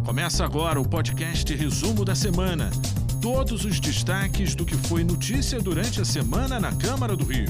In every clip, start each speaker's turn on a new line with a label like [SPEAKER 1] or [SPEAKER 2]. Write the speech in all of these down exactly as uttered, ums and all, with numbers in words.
[SPEAKER 1] Começa agora o podcast Resumo da Semana. Todos os destaques do que foi notícia durante a semana na Câmara do Rio.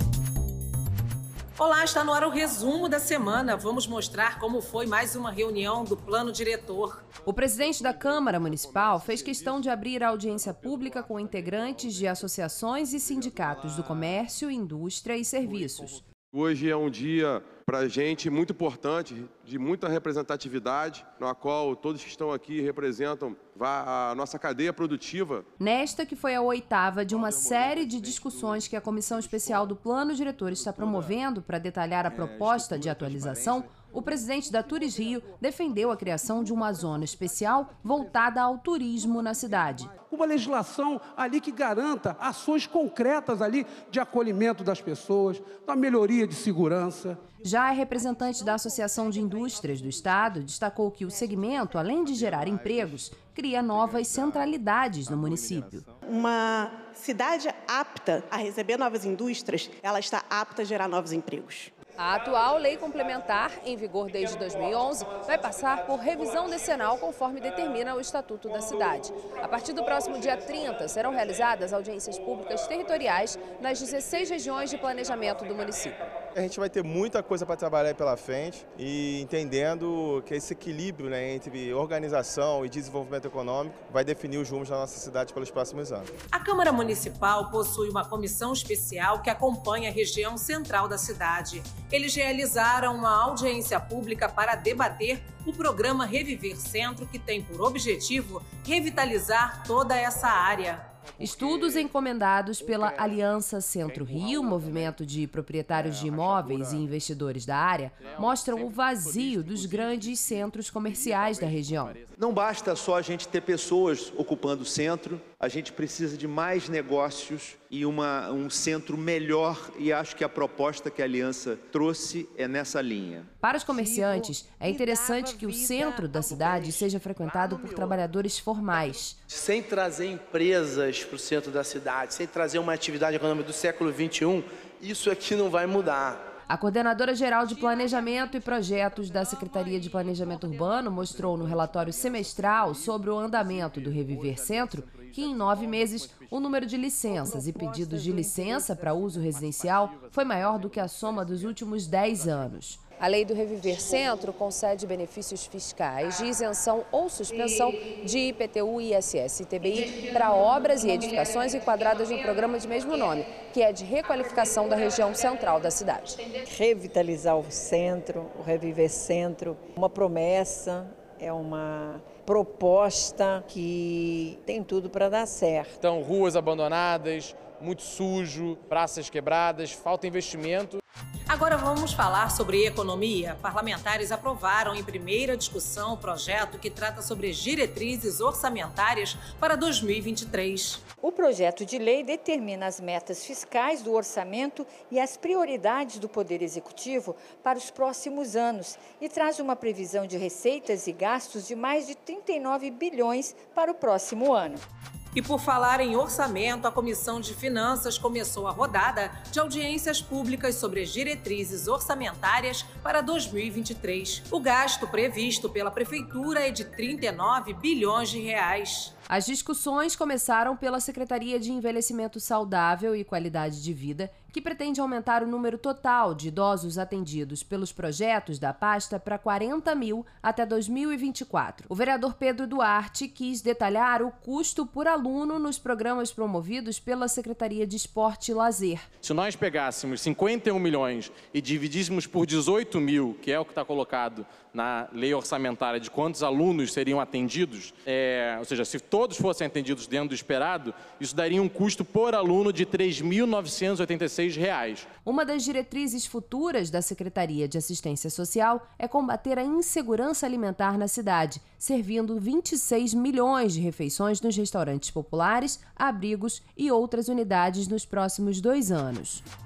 [SPEAKER 2] Olá, está no ar o Resumo da Semana. Vamos mostrar como foi mais uma reunião do Plano Diretor.
[SPEAKER 3] O presidente da Câmara Municipal fez questão de abrir a audiência pública com integrantes de associações e sindicatos do comércio, indústria e serviços.
[SPEAKER 4] Hoje é um dia para a gente muito importante, de muita representatividade, na qual todos que estão aqui representam a nossa cadeia produtiva.
[SPEAKER 3] Nesta que foi a oitava de uma série de discussões que a Comissão Especial do Plano Diretor está promovendo para detalhar a proposta de atualização, o presidente da Turis Rio defendeu a criação de uma zona especial voltada ao turismo na cidade.
[SPEAKER 5] Uma legislação ali que garanta ações concretas ali de acolhimento das pessoas, da melhoria de segurança.
[SPEAKER 3] Já a representante da Associação de Indústrias do Estado destacou que o segmento, além de gerar empregos, cria novas centralidades no município.
[SPEAKER 6] Uma cidade apta a receber novas indústrias, ela está apta a gerar novos empregos.
[SPEAKER 3] A atual lei complementar, em vigor desde dois mil e onze, vai passar por revisão decenal conforme determina o Estatuto da Cidade. A partir do próximo dia trinta, serão realizadas audiências públicas territoriais nas dezesseis regiões de planejamento do município.
[SPEAKER 7] A gente vai ter muita coisa para trabalhar aí pela frente e entendendo que esse equilíbrio, né, entre organização e desenvolvimento econômico vai definir os rumos da nossa cidade pelos próximos anos.
[SPEAKER 2] A Câmara Municipal possui uma comissão especial que acompanha a região central da cidade. Eles realizaram uma audiência pública para debater o programa Reviver Centro, que tem por objetivo revitalizar toda essa área.
[SPEAKER 3] Estudos encomendados pela Aliança Centro-Rio, movimento de proprietários de imóveis e investidores da área, mostram o vazio dos grandes centros comerciais da região.
[SPEAKER 8] Não basta só a gente ter pessoas ocupando o centro, a gente precisa de mais negócios e uma, um centro melhor, e acho que a proposta que a Aliança trouxe é nessa linha.
[SPEAKER 3] Para os comerciantes, é interessante que o centro da cidade seja frequentado por trabalhadores formais.
[SPEAKER 9] Sem trazer empresas para o centro da cidade, sem trazer uma atividade econômica do século vinte e um, isso aqui não vai mudar.
[SPEAKER 3] A coordenadora geral de Planejamento e Projetos da Secretaria de Planejamento Urbano mostrou no relatório semestral sobre o andamento do Reviver Centro que, em nove meses, o número de licenças e pedidos de licença para uso residencial foi maior do que a soma dos últimos dez anos. A lei do Reviver Centro concede benefícios fiscais de isenção ou suspensão de I P T U, I S S e T B I para obras e edificações enquadradas no programa de mesmo nome, que é de requalificação da região central da cidade.
[SPEAKER 10] Revitalizar o centro, o Reviver Centro, uma promessa, é uma proposta que tem tudo para dar certo.
[SPEAKER 11] Então, ruas abandonadas, muito sujo, praças quebradas, falta investimento.
[SPEAKER 2] Agora vamos falar sobre economia. Parlamentares aprovaram em primeira discussão o projeto que trata sobre diretrizes orçamentárias para dois mil e vinte e três.
[SPEAKER 12] O projeto de lei determina as metas fiscais do orçamento e as prioridades do Poder Executivo para os próximos anos e traz uma previsão de receitas e gastos de mais de trinta e nove bilhões para o próximo ano.
[SPEAKER 2] E por falar em orçamento, a Comissão de Finanças começou a rodada de audiências públicas sobre as diretrizes orçamentárias para dois mil e vinte e três. O gasto previsto pela Prefeitura é de trinta e nove bilhões de reais.
[SPEAKER 3] As discussões começaram pela Secretaria de Envelhecimento Saudável e Qualidade de Vida, que pretende aumentar o número total de idosos atendidos pelos projetos da pasta para quarenta mil até dois mil e vinte e quatro. O vereador Pedro Duarte quis detalhar o custo por aluno nos programas promovidos pela Secretaria de Esporte e Lazer.
[SPEAKER 11] Se nós pegássemos cinquenta e um milhões e dividíssemos por dezoito mil, que é o que está colocado na lei orçamentária de quantos alunos seriam atendidos, é, ou seja, se todos fossem atendidos dentro do esperado, isso daria um custo por aluno de três mil novecentos e oitenta e seis reais.
[SPEAKER 3] Uma das diretrizes futuras da Secretaria de Assistência Social é combater a insegurança alimentar na cidade, servindo vinte e seis milhões de refeições nos restaurantes populares, abrigos e outras unidades nos próximos dois anos.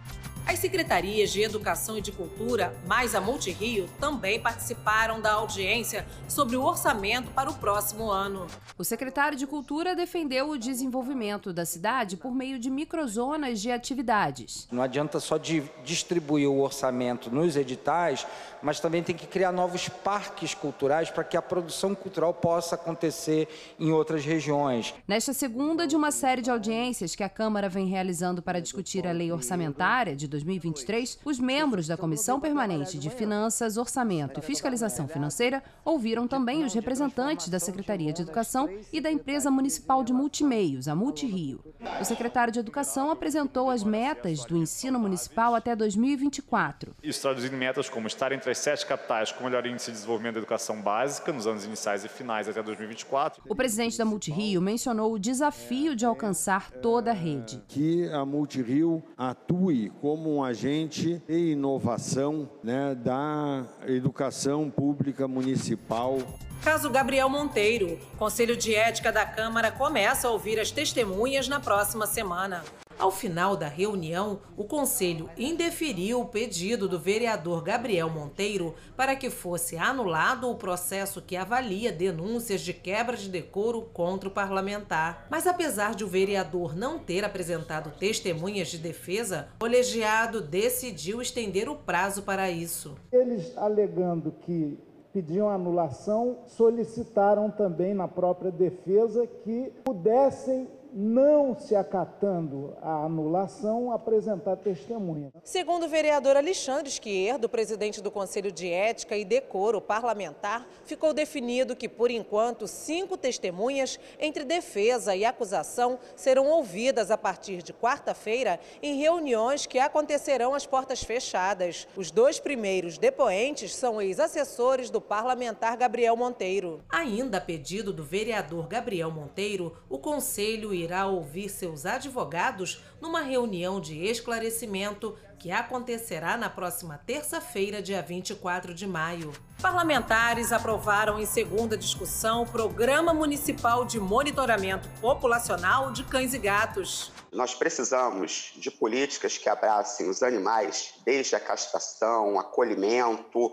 [SPEAKER 2] As secretarias de Educação e de Cultura, mais a Multirio, também participaram da audiência sobre o orçamento para o próximo ano.
[SPEAKER 3] O secretário de Cultura defendeu o desenvolvimento da cidade por meio de microzonas de atividades.
[SPEAKER 13] Não adianta só de distribuir o orçamento nos editais, mas também tem que criar novos parques culturais para que a produção cultural possa acontecer em outras regiões.
[SPEAKER 3] Nesta segunda de uma série de audiências que a Câmara vem realizando para discutir a lei orçamentária de dois mil e vinte e três, os membros da Comissão Permanente de Finanças, Orçamento e Fiscalização Financeira ouviram também os representantes da Secretaria de Educação e da empresa municipal de multimeios, a Multirio. O secretário de Educação apresentou as metas do ensino municipal até dois mil e vinte e quatro.
[SPEAKER 14] Isso traduzindo em metas como estar entre as sete capitais com o melhor índice de desenvolvimento da educação básica nos anos iniciais e finais até dois mil e vinte e quatro.
[SPEAKER 3] O presidente da Multirio mencionou o desafio de alcançar toda a rede.
[SPEAKER 15] Que a Multirio atue como um agente de inovação, né, da educação pública municipal.
[SPEAKER 2] Caso Gabriel Monteiro, Conselho de Ética da Câmara começa a ouvir as testemunhas na próxima semana. Ao final da reunião, o Conselho indeferiu o pedido do vereador Gabriel Monteiro para que fosse anulado o processo que avalia denúncias de quebra de decoro contra o parlamentar. Mas apesar de o vereador não ter apresentado testemunhas de defesa, o colegiado decidiu estender o prazo para isso.
[SPEAKER 16] Eles, alegando que pediam anulação, solicitaram também na própria defesa que pudessem, não se acatando a anulação, apresentar testemunha.
[SPEAKER 2] Segundo o vereador Alexandre Esquerdo, presidente do Conselho de Ética e Decoro Parlamentar, ficou definido que, por enquanto, cinco testemunhas entre defesa e acusação serão ouvidas a partir de quarta-feira em reuniões que acontecerão às portas fechadas. Os dois primeiros depoentes são ex-assessores do parlamentar Gabriel Monteiro. Ainda a pedido do vereador Gabriel Monteiro, o Conselho irá irá ouvir seus advogados numa reunião de esclarecimento que acontecerá na próxima terça-feira, dia vinte e quatro de maio. Parlamentares aprovaram em segunda discussão o Programa Municipal de Monitoramento Populacional de Cães e Gatos.
[SPEAKER 17] Nós precisamos de políticas que abracem os animais, desde a castração, acolhimento,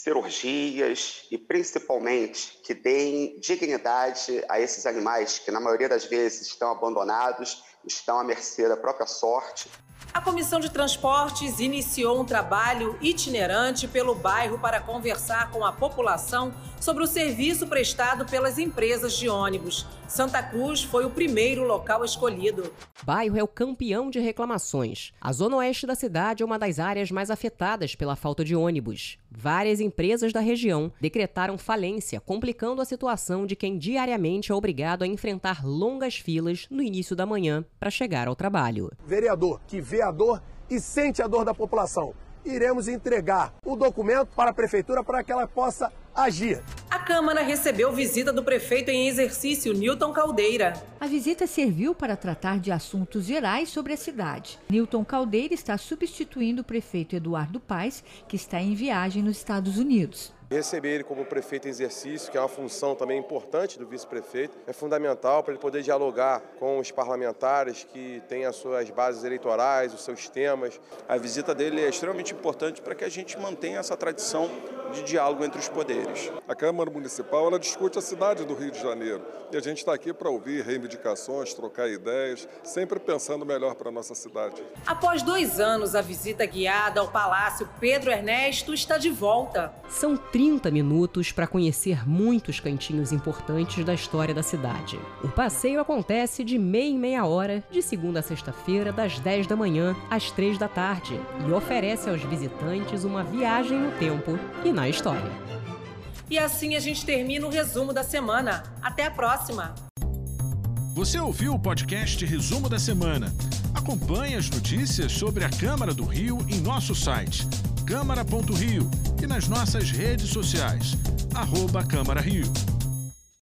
[SPEAKER 17] cirurgias e, principalmente, que deem dignidade a esses animais que, na maioria das vezes, estão abandonados, estão à mercê da própria sorte.
[SPEAKER 2] A Comissão de Transportes iniciou um trabalho itinerante pelo bairro para conversar com a população sobre o serviço prestado pelas empresas de ônibus. Santa Cruz foi o primeiro local escolhido.
[SPEAKER 18] O bairro é o campeão de reclamações. A zona oeste da cidade é uma das áreas mais afetadas pela falta de ônibus. Várias empresas da região decretaram falência, complicando a situação de quem diariamente é obrigado a enfrentar longas filas no início da manhã para chegar ao trabalho.
[SPEAKER 19] Vereador que vê a dor e sente a dor da população. Iremos entregar o documento para a Prefeitura para que ela possa agir.
[SPEAKER 2] A Câmara recebeu visita do prefeito em exercício, Nilton Caldeira.
[SPEAKER 20] A visita serviu para tratar de assuntos gerais sobre a cidade. Nilton Caldeira está substituindo o prefeito Eduardo Paes, que está em viagem nos Estados Unidos.
[SPEAKER 4] Receber ele como prefeito em exercício, que é uma função também importante do vice-prefeito, é fundamental para ele poder dialogar com os parlamentares que têm as suas bases eleitorais, os seus temas.
[SPEAKER 21] A visita dele é extremamente importante para que a gente mantenha essa tradição de diálogo entre os poderes.
[SPEAKER 22] A Câmara Municipal ela discute a cidade do Rio de Janeiro e a gente está aqui para ouvir reivindicações, trocar ideias, sempre pensando melhor para a nossa cidade.
[SPEAKER 2] Após dois anos, a visita guiada ao Palácio Pedro Ernesto está de volta.
[SPEAKER 18] São trinta minutos para conhecer muitos cantinhos importantes da história da cidade. O passeio acontece de meia em meia hora, de segunda a sexta-feira, das dez da manhã às três da tarde, e oferece aos visitantes uma viagem no tempo e na história.
[SPEAKER 2] E assim a gente termina o resumo da semana. Até a próxima!
[SPEAKER 1] Você ouviu o podcast Resumo da Semana. Acompanhe as notícias sobre a Câmara do Rio em nosso site, câmara ponto rio, e nas nossas redes sociais, arroba Câmara Rio.